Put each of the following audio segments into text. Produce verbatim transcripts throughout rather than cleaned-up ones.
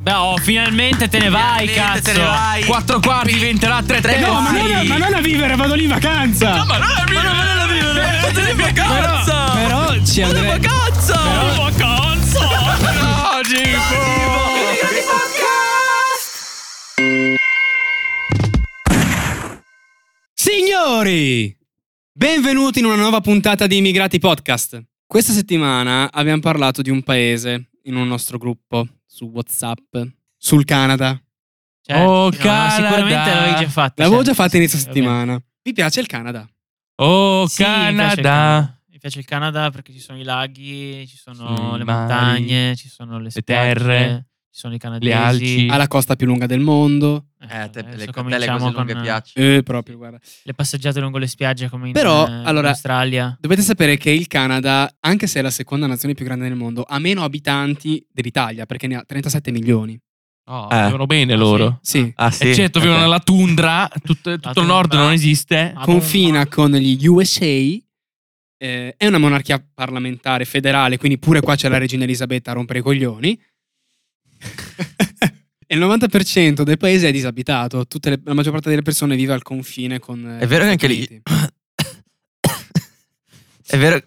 No, finalmente te ne vai, Finalmente cazzo. te ne vai. Quattro quarti diventerà tre terzi. No, ma non, ma non a vivere, vado lì in vacanza. No, ma non a vivere, ma non a vivere. Vado in vacanza. Però ci Vado in andrei. vacanza. Però- In vacanza. No, Gico. Signori, benvenuti in una nuova puntata di Immigrati Podcast. Questa settimana abbiamo parlato di un paese in un nostro gruppo su WhatsApp, sul Canada. Certo, Oh, no, Canada. sicuramente l'avevi già fatta. L'avevo certo, già fatta sì, inizio sì, settimana. Vi piace il Canada? Oh, Sì, mi piace il Canada. Canada. Mi piace il Canada perché ci sono i laghi, ci sono Sì, le i mari, montagne, ci sono le, le spiagge, terre, ci sono i canadesi. le alci. Ha la costa più lunga del mondo. Eh, a te adesso le, a te le cominciamo cose con lunghe piacciono. Eh, proprio, guarda. le passeggiate lungo le spiagge come in, Però, eh, in allora- Australia. Dovete sapere che il Canada, anche se è la seconda nazione più grande del mondo, ha meno abitanti dell'Italia, perché ne ha trentasette milioni. Oh, Eh. vivono bene loro. Sì. Ah, sì? E certo, vivono Ok. nella tundra. Tutto, tutto il tundra. nord non esiste. Ah, Confina bomba. con gli U S A. Eh, è una monarchia parlamentare federale, quindi pure qua c'è la regina Elisabetta a rompere i coglioni. E il novanta per cento del paese è disabitato. Tutte le- la maggior parte delle persone vive al confine con. eh, È vero che anche gli lì- Stati Uniti. È vero,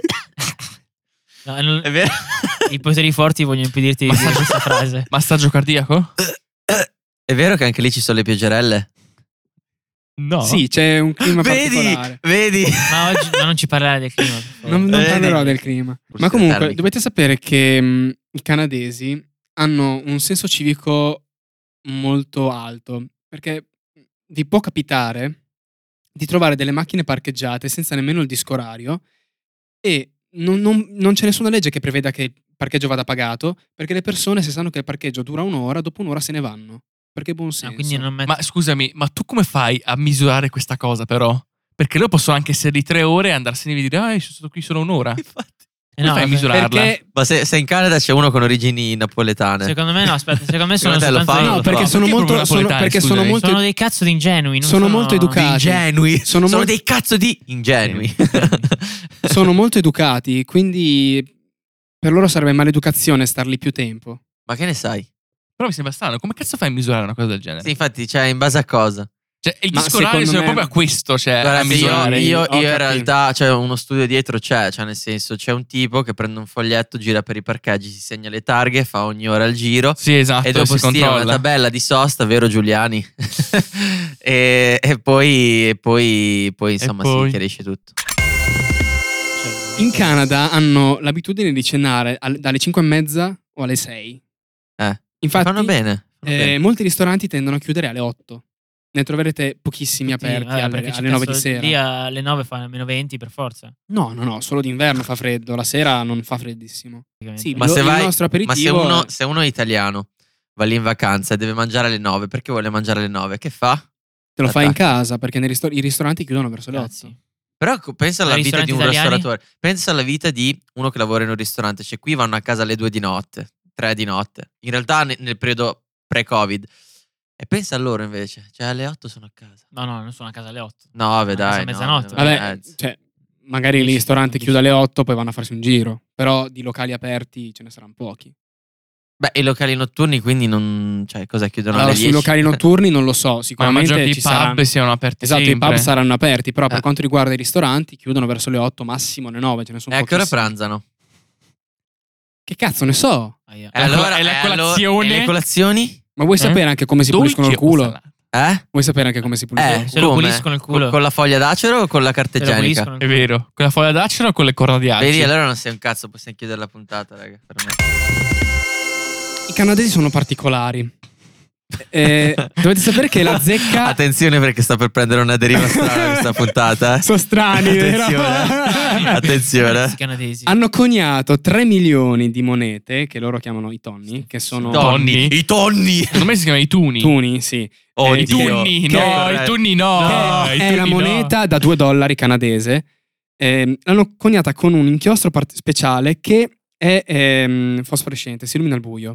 No, non- è vero. I poteri forti vogliono impedirti di dire questa frase. Massaggio cardiaco? È vero che anche lì ci sono le pioggerelle. No. Sì, c'è un clima Vedi, particolare. vedi. Ma oggi ma non ci parlare del clima. per favore. Non, non Vedi? parlerò del clima. Forse Ma comunque, termico. dovete sapere che mh, i canadesi hanno un senso civico molto alto. Perché vi può capitare di trovare delle macchine parcheggiate senza nemmeno il disco orario e non, non- non c'è nessuna legge che preveda che il parcheggio vada pagato, perché le persone, se sanno che il parcheggio dura un'ora, dopo un'ora se ne vanno. Perché è buon senso. Ah, quindi non met- Ma scusami, ma tu come fai a misurare questa cosa però? Perché loro possono anche essere di tre ore e andarsene e dire ah, io sono stato qui solo un'ora. Eh, Come no, fai a vabbè. misurarla? Perché Ma se, se in Canada c'è uno con origini napoletane. Secondo me no, aspetta, secondo me sono Secondo te lo soltanto fanno? dei- no, lo perché trovo. sono Perché molto, proprio sono, napoletani, perché sono scusami? molto sono dei cazzo di ingenui. Non sono molto educati. Ingenui. Sono Sono, molto- dei cazzo di ingenui. sono molto educati, quindi per loro sarebbe maleducazione star lì più tempo. Ma che ne sai? Però mi sembra strano, come cazzo fai a misurare una cosa del genere? Sì, infatti, cioè, in base a cosa? Cioè, il Ma disco orario secondo serve me- proprio a questo, cioè Guarda, a io, misurare. io, Ho io in capito. realtà, cioè, uno studio dietro c'è, cioè nel senso, c'è un tipo che prende un foglietto, gira per i parcheggi, si segna le targhe, fa ogni ora il giro. Sì, esatto, E dopo si stima una controlla. tabella di sosta, vero Giuliani? e, e poi, e poi, poi insomma poi? si chiarisce tutto. In Canada hanno l'abitudine di cenare al- dalle cinque e mezza o alle sei. Eh, Infatti, fanno bene. fanno eh, bene. molti ristoranti tendono a chiudere alle otto. Ne troverete pochissimi Tutti- aperti vabbè, alle, perché c'è alle nove di cazzo- sera. Lì alle nove fa meno venti per forza. No, no, no, solo d'inverno fa freddo, la sera non fa freddissimo. Sì, Ma lo- se il vai- nostro Ma se aperitivo uno, è- se uno è italiano, va lì in vacanza e deve mangiare alle nove, perché vuole mangiare alle nove? Che fa? te lo fai in attacca. casa, perché nei ristor- i ristoranti chiudono verso le Cazzi. otto. Però co- pensa alla Ai vita di un ristoranti italiani? ristoratore. Pensa alla vita di uno che lavora in un ristorante. Cioè, qui vanno a casa alle due di notte, tre di notte. In realtà ne- nel periodo pre-Covid. E pensa a loro invece. Cioè, alle otto sono a casa. No, no, non sono a casa alle otto. No, vabbè, A casa dai. a no, mezzanotte. vabbè, Vabbè, mezzo. cioè, magari il Dici, ristorante dici. chiude alle otto, poi vanno a farsi un giro. Però di locali aperti ce ne saranno pochi. Beh, i locali notturni quindi non... Cioè, cosa chiudono Allora, alle sui dieci? locali notturni non lo so, Ma sicuramente immagino che ci i pub saranno. siano aperti Esatto, sempre. i pub saranno aperti, però per Eh. quanto riguarda i ristoranti chiudono verso le otto, massimo le nove, ce ne sono E a che ora pochissimi. pranzano? Che cazzo ne so? Aia. E la cola- e la e allora- colazione? e le colazioni? Ma vuoi Eh? sapere anche come si Dolci puliscono il o culo? salati? Eh? Vuoi sapere anche come si puliscono Eh, il Se culo? lo come? puliscono il culo. Con, con la foglia d'acero o con la carta Se lo igienica? puliscono il È culo. vero. Con la foglia d'acero o con le corna di alci? Vedi, allora non sei un cazzo, possiamo chiudere la puntata, raga. Per me. I canadesi sono particolari. Eh, dovete sapere che la zecca Attenzione perché sta per prendere una deriva strana questa puntata. eh. sono strani, vero? Attenzione. Attenzione. I canadesi. Hanno coniato tre milioni di monete, che loro chiamano i tonni, che sono Tonni. I tonni. Secondo me si chiamano i tuni. tuni, sì. Oh, Eh, I che- tunni, che- no, che- i tunni no. che i è la tunni no. moneta da due dollari canadese. Eh, l'hanno coniata con un inchiostro part- speciale che è ehm, fosforescente, si illumina al buio.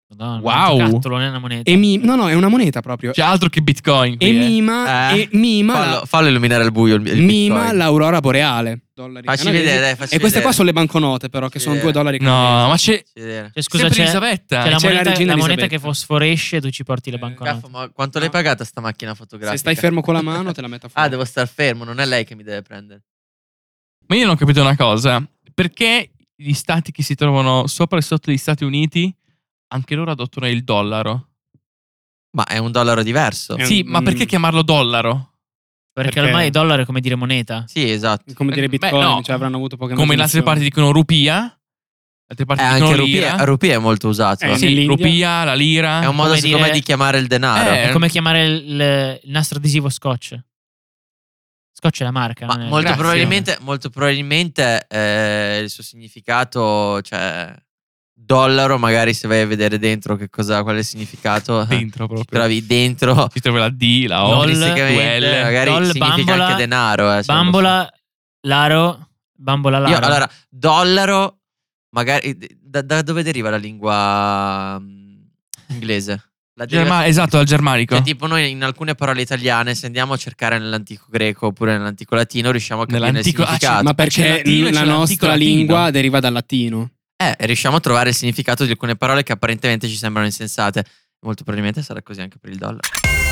Madonna, Wow. un giocattolo, non è una moneta. E mi- no, no, è una moneta proprio. C'è altro che Bitcoin qui, E eh. mima, Eh? e mima, Fallo, la- fallo illuminare al buio il, il mima Bitcoin. l'aurora boreale. Dollari Facci canadesi. vedere, dai, facci E queste qua vedere. sono le banconote, però, che Facci sono due vedere. dollari canadesi. No, ma c'è Facci vedere. Cioè, scusa, sempre c'è, Elisabetta. c'è la C'è la moneta, regina la moneta Elisabetta. che fosforesce e tu ci porti le Eh, banconote. caffo, ma quanto l'hai No. pagata sta macchina fotografica? Se stai fermo con la mano, te la metto fuori. Ah, devo star fermo, non è lei che mi deve prendere. Ma io non ho capito una cosa. Perché gli stati che si trovano sopra e sotto gli Stati Uniti, anche loro adottano il dollaro? Ma è un dollaro diverso. È un- Sì, ma perché chiamarlo dollaro? Perché, Perché- ormai il dollaro è come dire moneta. Sì, esatto. Come dire Beh, Bitcoin, no. cioè avranno avuto poche Come in altre parti immaginazioni. dicono rupia, altre Eh, parti anche dicono rupia, lira. rupia è molto usato. Eh, È Sì, nell'India. rupia, la lira. un modo come secondo me dire- di chiamare il denaro. Eh, È come chiamare il, il nastro adesivo Scotch. Scotch è la marca. Ma non è- molto Grazie. probabilmente, molto probabilmente eh, il suo significato, cioè dollaro, magari se vai a vedere dentro che cosa, qual è il significato, Dentro ci proprio. trovi dentro. Ci trovi la D, la O. Lol, Intrinsecamente, L, magari Doll, significa bambola, anche denaro. eh, cioè, Bambola, laro, bambola, non so. laro. Io, allora, dollaro, magari da, da dove deriva la lingua mm, inglese? La deriva- Germa- esatto, dal germanico. Cioè, tipo noi in alcune parole italiane, se andiamo a cercare nell'antico greco oppure nell'antico latino, riusciamo a capire il Nell'antico- ah, c'è- significato. Ma c'è perché il latino e la c'è l'antico nostra latino. lingua deriva dal latino. Eh, e riusciamo a trovare il significato di alcune parole che apparentemente ci sembrano insensate. Molto probabilmente sarà così anche per il dollaro.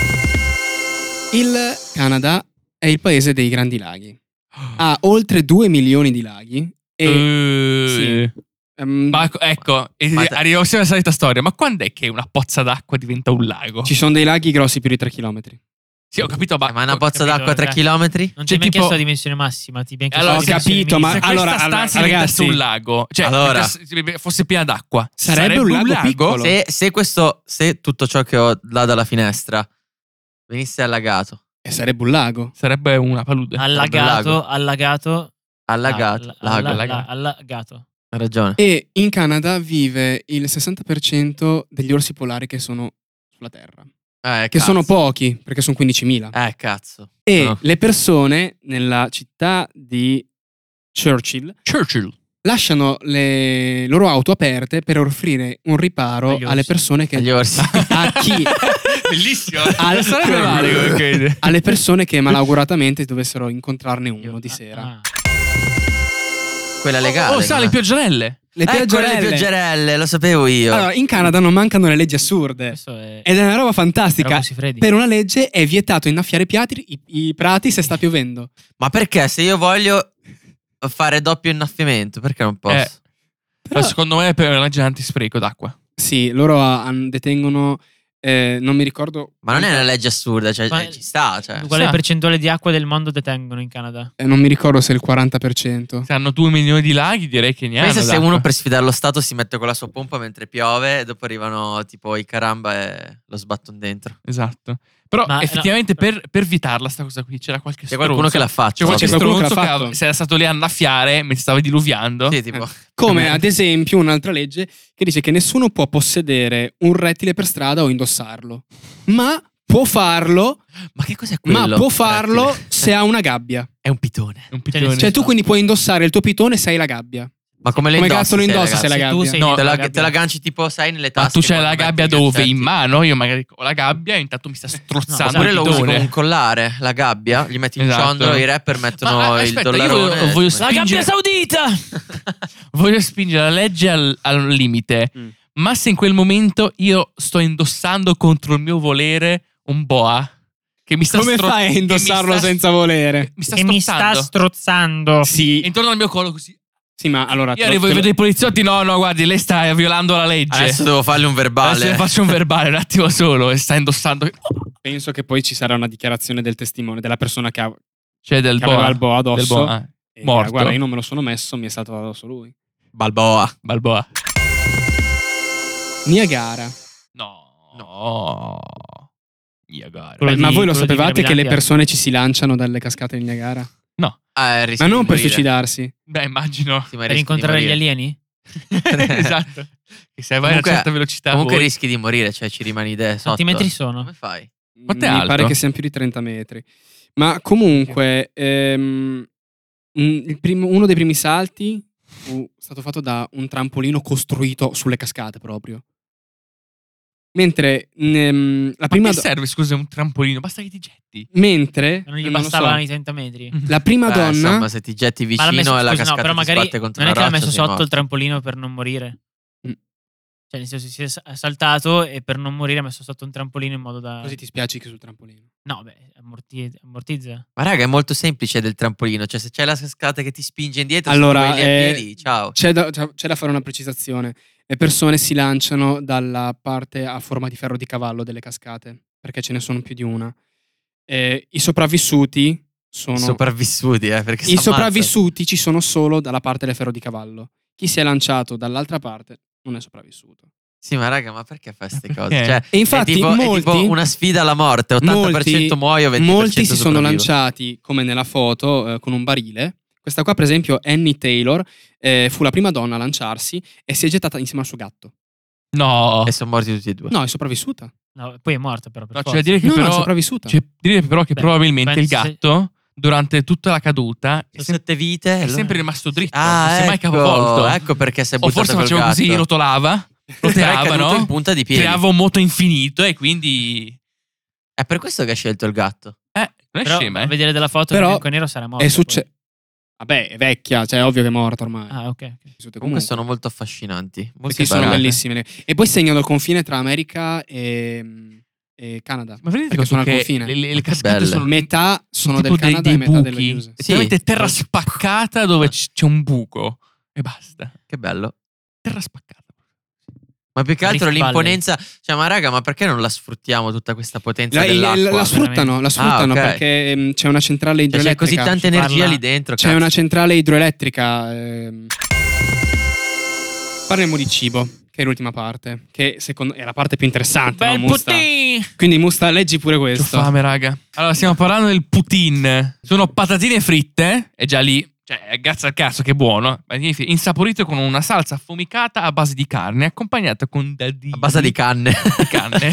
Il Canada è il paese dei grandi laghi. Ha oltre due milioni di laghi e Eh, sì. ehm, Ma ecco, e- Ma te- arriviamo sempre alla solita storia. Ma quando è che una pozza d'acqua diventa un lago? ci sono dei laghi grossi più di tre chilometri. Sì, ho capito, ma, Eh, ma una pozza capito, d'acqua a tre dai. chilometri? Non ti Cioè, hai mai tipo- chiesto la dimensione massima. Ti abbiamo chiesto Allora, la ho dimensione capito, ma minima. se allora, questa allora, stanza ragazzi, diventasse un lago, cioè allora. diventasse- fosse piena d'acqua, Sarebbe un lago piccolo. Se, se questo, se tutto ciò che ho là dalla finestra venisse allagato, E sarebbe un lago. Sarebbe una palude. Allagato, allagato, allagato, alla- lago, alla- allagato. allagato. hai ragione. E in Canada vive il sessanta per cento degli orsi polari che sono sulla Terra. Eh, Che cazzo. sono pochi, perché sono quindicimila. Eh, cazzo. E No. le persone nella città di Churchill Churchill. lasciano le loro auto aperte per offrire un riparo Agli orsi. alle persone che Agli orsi. a chi Bellissimo. Al- Non sarebbe male come crede. alle persone che malauguratamente dovessero incontrarne uno di Ah, sera. ah. Quella legale. Oh, sa, come- le pioggerelle. Le Ecco, pioggerelle. le pioggerelle, lo sapevo io. Allora, in Canada non mancano le leggi assurde. Questo è... Ed è una roba Però fantastica. così freddi. Per una legge è vietato innaffiare i, piatri- i, i prati se sta piovendo. Ma perché se io voglio fare doppio innaffiamento, perché non posso? Eh. Però- Secondo me è per una legge antispreco d'acqua. Sì, loro ha- han- detengono. eh, non mi ricordo. Ma non è una legge assurda, cioè, Ma- cioè, ci sta, cioè. Quale Sa. percentuale di acqua del mondo detengono in Canada? eh, non mi ricordo se è il quaranta per cento. Se hanno due milioni di laghi, direi che ne hanno. Pensa se d'acqua. uno per sfidare lo Stato si mette con la sua pompa mentre piove e dopo arrivano tipo i caramba e lo sbattono dentro. Esatto. Però Ma, effettivamente no. per, per vitarla sta cosa qui c'era qualche C'è qualcuno che l'ha fatto. C'è qualche C'è qualcuno che stronzo l'ha che, fatto. ha- se era stato lì a annaffiare mentre stava diluviando. Sì, tipo. Come ad esempio un'altra legge che dice che nessuno può possedere un rettile per strada o indossarlo. Ma può farlo, Ma che cos'è quello? ma può farlo Rettile. se ha una gabbia. È un pitone. È un pitone. Cioè tu quindi puoi indossare il tuo pitone se hai la gabbia. Ma come le Come indossi cazzo lo se indossi la se la gabbia? Se tu gabbia? sei No, dentro Te la la, gabbia. te la ganci tipo, sai, nelle tasche. Ma tu c'hai la quando gabbia metti i dove? cassetti. In mano? Io magari ho la gabbia e intanto mi sta strozzando No, Oppure il lo usi come pitone. un collare, la gabbia, gli metti in Esatto. ciondolo, i rapper mettono Ma, il aspetta, io dollarone. voglio- voglio La gabbia Spingere- saudita! Voglio spingere la legge al, al limite. Mm. Ma se in quel momento io sto indossando contro il mio volere un boa che mi sta Come stro- fai a che mi indossarlo sta- senza volere? Mi sta Che mi sta strozzando. strozzando. E Sì, intorno al mio collo così. sì, ma allora Io te lo- arrivo e te lo- vedo i poliziotti. No, no, guardi, lei sta violando la legge. Adesso devo fargli un verbale. Adesso le faccio un verbale un attimo solo e sta indossando. penso che poi ci sarà una dichiarazione del testimone, della persona che, ha, Cioè del che aveva boa. il boa addosso. Del boa. eh. E, morto. Guarda, io non me lo sono messo, mi è stato addosso lui. Balboa. Balboa. Niagara. No. No. Niagara. Quello Beh, ma di- voi lo quello di sapevate che le Mirabilandia? persone ci si lanciano dalle cascate del Niagara? Ah, rischia Ma di non per morire. suicidarsi. Beh, immagino. Sì, ma Per rischi di incontrare gli morire. alieni? Esatto. Che se vai a una Comunque- certa velocità Comunque voi- rischi di morire, cioè ci rimani de- sotto. Quanti metri sono? Come fai? Quanto è Mi alto? pare che siano più di trenta metri. Ma comunque, ehm, mm, il primo- uno dei primi salti fu stato fatto da un trampolino costruito sulle cascate proprio. Mentre ehm, la Ma prima che do- serve, scusa, un trampolino? Basta che ti getti. mentre Non gli non lo bastavano so, i trenta metri. la prima Beh, donna insomma, se ti getti Ma l'ha vicino messo, e la scusa, no, cascata però ti magari sbatte contro non è una che l'ha roccia, messo sei sotto morto. il trampolino per non morire. Mm. Cioè, nel senso, si è sa- saltato e per non morire ha messo sotto un trampolino in modo da. così ti spiaccichi sul trampolino. No, beh, ammorti- ammortizza. Ma raga, è molto semplice del trampolino. Cioè, se c'è la cascata che ti spinge indietro, Allora, se tu vai lì a eh, piedi, ciao. C'è da, c'è- c'è da fare una precisazione. Le persone si lanciano dalla parte a forma di ferro di cavallo delle cascate, perché ce ne sono più di una. Eh, I sopravvissuti sono... Sopravvissuti, eh, perché I s'ammazzano. sopravvissuti ci sono solo dalla parte del ferro di cavallo. Chi si è lanciato dall'altra parte non è sopravvissuto. Sì, ma raga, ma perché fai queste perché? cose? Cioè, E infatti è tipo, molti- è tipo una sfida alla morte. ottanta per cento molti- muoio, venti per cento Molti si sono sopravvivo. lanciati, come nella foto, eh, con un barile. Questa qua, per esempio, Annie Taylor, eh, fu la prima donna a lanciarsi e si è gettata insieme al suo gatto. No. E sono morti tutti e due. No, è sopravvissuta. No, poi è morta però. Per No, c'è forza. da dire che No, no, è però, sopravvissuta. c'è da dire però che Beh, probabilmente il penso se- gatto, durante tutta la caduta, è, Sono sem- sette vite. è allora- sempre rimasto dritto. Ah, non si è mai ecco, capovolto. ecco perché si è O buttato forse col faceva gatto. così, rotolava, Però è roteava, caduto no? in punta di piedi. Creava un moto infinito e quindi... È per questo che ha scelto il gatto. Eh, non è Però scema, a eh. vedere della foto Però in bianco e nero sarà morta. È poi. successo. Vabbè, è vecchia, cioè è ovvio che è morta ormai. Ah, ok. ok. Vissute Comunque sono molto affascinanti. Molto Sì, sono belle. bellissime. E poi segnano il confine tra America e, e Canada. Ma vedete Perché sono al che confine. le, le, le Che cascate belle. sono Metà sono tipo del Canada dei, e dei metà delle buchi. U S A. È veramente Sì. terra spaccata dove c- c'è un buco e basta. Che bello. Terra spaccata. Ma più che Ma altro Rift Valley. l'imponenza. Cioè, ma raga, ma perché non la sfruttiamo tutta questa potenza La, la- dell'acqua? la sfruttano, la sfruttano Ah, ok. perché ehm, c'è una centrale Cioè, c'è idroelettrica. così tanta Si energia parla- lì dentro. C'è cazzo. una centrale idroelettrica. ehm. Parliamo di cibo, che è l'ultima parte, che secondo è la parte più interessante. Bel no, Musta? putin! Quindi Musta, leggi pure C'ho questo. fame, raga. Allora, stiamo parlando del poutine. Sono patatine fritte, e già lì, cioè, grazie al cazzo, che buono. Patatine fritte, insaporite con una salsa affumicata a base di carne, accompagnata con dadini. A base di canne. di canne.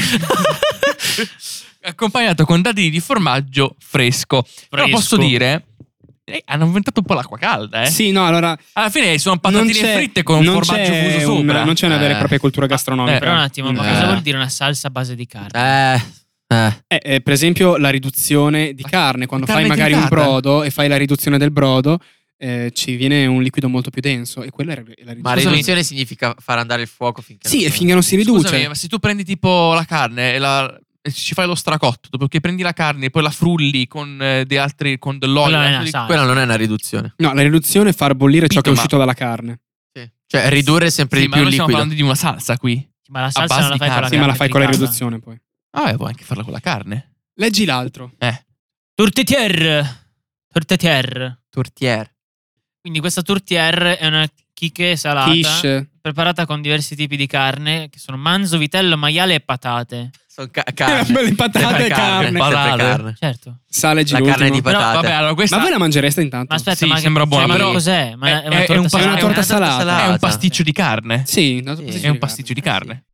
Accompagnato con dadini di formaggio fresco. Però Fresco. posso dire, eh, hanno inventato un po' l'acqua calda, eh. Sì, no, allora. Alla fine sono non patatine c'è- fritte con un non formaggio c'è fuso una- sopra. non c'è una vera e Eh. propria cultura gastronomica. Eh, Però un attimo, ma Eh. cosa vuol dire una salsa a base di carne? Eh. Eh. Eh, eh, per esempio, la riduzione di carne. Quando carne fai magari un tritata. brodo e fai la riduzione del brodo, eh, ci viene un liquido molto più denso. E quella è la Ma riduzione. Scusami. riduzione significa far andare il fuoco finché Sì, non e finché non si riduce. Scusami, ma se tu prendi tipo la carne e, la- e ci fai lo stracotto, dopo che prendi la carne e poi la frulli con eh, dei altri, con dell'olio, Quella è una altri- salsa. Quella non è una riduzione. No, la riduzione è far bollire ciò Capito, che è ma- uscito dalla carne. Sì. Cioè, ridurre sempre Sì, di ma più noi il stiamo liquido. parlando di una salsa qui. Ma la a salsa base non la di fai con la carne. Sì, ma la fai con la tricata. riduzione poi. Vabbè, puoi anche farla con la carne. Leggi l'altro. Eh. Tourtière. Tourtière. Tourtière. Quindi questa tourtière è una chiche salata Quiche. preparata con diversi tipi di carne che sono manzo, vitello, maiale e patate. Sono ca- carne. Le patate Sempre e carne. sempre Patate. carne. Certo. Sa, leggi La carne l'ultimo. di Però, patate. Vabbè, allora questa Ma voi la mangereste intanto? Ma aspetta, Sì, ma sembra buona, cioè, però- cos'è? Ma è, è- una è torta un pa- salata? è una torta salata. è un Sì. pasticcio di carne. Sì, una Sì. pasticcio È un di pasticcio di carne.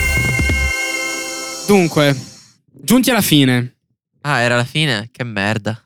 Dunque, giunti alla fine. Ah, era la fine? Che merda.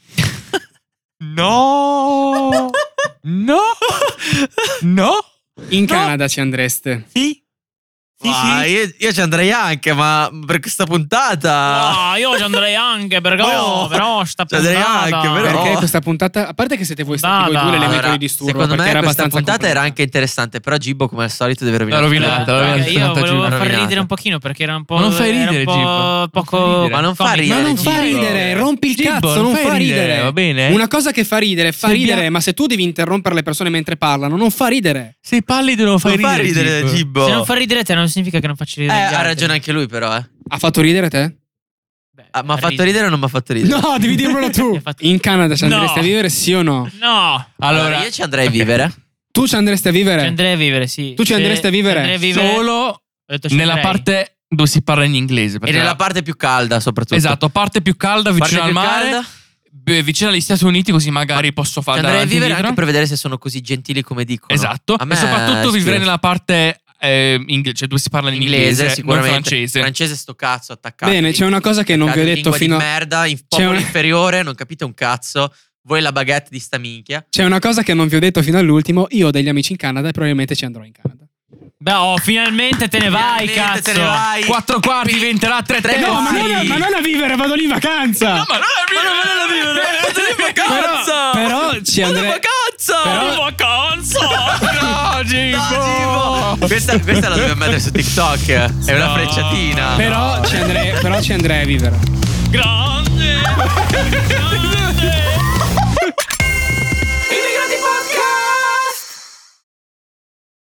No! No! No! In No. Canada ci andreste. Sì? Sì, Ah, sì. io, io ci andrei anche, ma per questa puntata. No, io ci andrei anche perché Oh, io, però sta ci andrei puntata. anche, però. Perché questa puntata, a parte che siete voi stati voi Dada. due l'elemento Allora, di disturbo, secondo perché me era questa abbastanza puntata era complicata. anche interessante, però Gibbo come al solito deve rovinare. L'ha rovinata, tutto. l'ha Eh, rovinata. io volevo Rovinata. far ridere un pochino perché era un po'. Ma non fai era ridere, un po' Gibbo. Non poco. fai ridere. Ma non fa comico. ridere, Ma non fa Gibbo. ridere, rompi il Gibbo, cazzo, non fai fa ridere. ridere, va bene? Una cosa che fa ridere, fa Se ridere, abbia- ma se tu devi interrompere le persone mentre parlano, non fa ridere. Sei pallido non fai Non fa ridere, ridere Gibbo. Gibbo. Se non fa ridere te non significa che non faccio Eh, ridere. gli ha altri. ragione anche lui, però, eh. Ha fatto ridere te? Beh, Ah, ma ha fatto ridere. ridere o non mi ha fatto ridere? No, devi dirmelo tu. Mi ha fatto- In Canada ci andresti No. a vivere, sì o no? No, Allora, Allora, io ci andrei a ok. vivere. Tu ci andresti a ci vivere? andrei a vivere, sì. Tu ci Se- andresti a vivere? ci andrei a vivere- solo Ho detto ci nella andrei. parte dove si parla in inglese. E perché nella la- parte più calda, soprattutto. Esatto, parte più calda, Parte vicino al più mare, calda. beh, vicino agli Stati Uniti, così magari posso Ci fare andrei a davanti e vivere indietro. anche per vedere se sono così gentili come dicono. Esatto. A me E soprattutto ispira. vivrei nella parte eh, inglese, cioè dove si parla in inglese, inglese, non sicuramente. francese. Francese sto cazzo attaccato. Bene, c'è una cosa che non vi ho detto lingua fino di a... merda, in C'è popolo una- inferiore, non capite un cazzo. Voi la baguette di sta minchia. C'è una cosa che non vi ho detto fino all'ultimo. Io ho degli amici in Canada e probabilmente ci andrò in Canada. Beh, oh, finalmente te ne vai, Finalmente cazzo. te ne vai. Quattro quarti diventerà tre Tre terzi. No, ma non, Sì. ma non a vivere, vado lì in vacanza. No, ma non è vivere, ma non è vivere. Vado in vacanza. Però, però ci Vado in andrei. vacanza. Però- vacanza. No, Gifo. No, Givo. Questa, questa la dobbiamo mettere su TikTok. È una No. frecciatina. Però ci andrei, però ci andrei a vivere. Grande. Grande.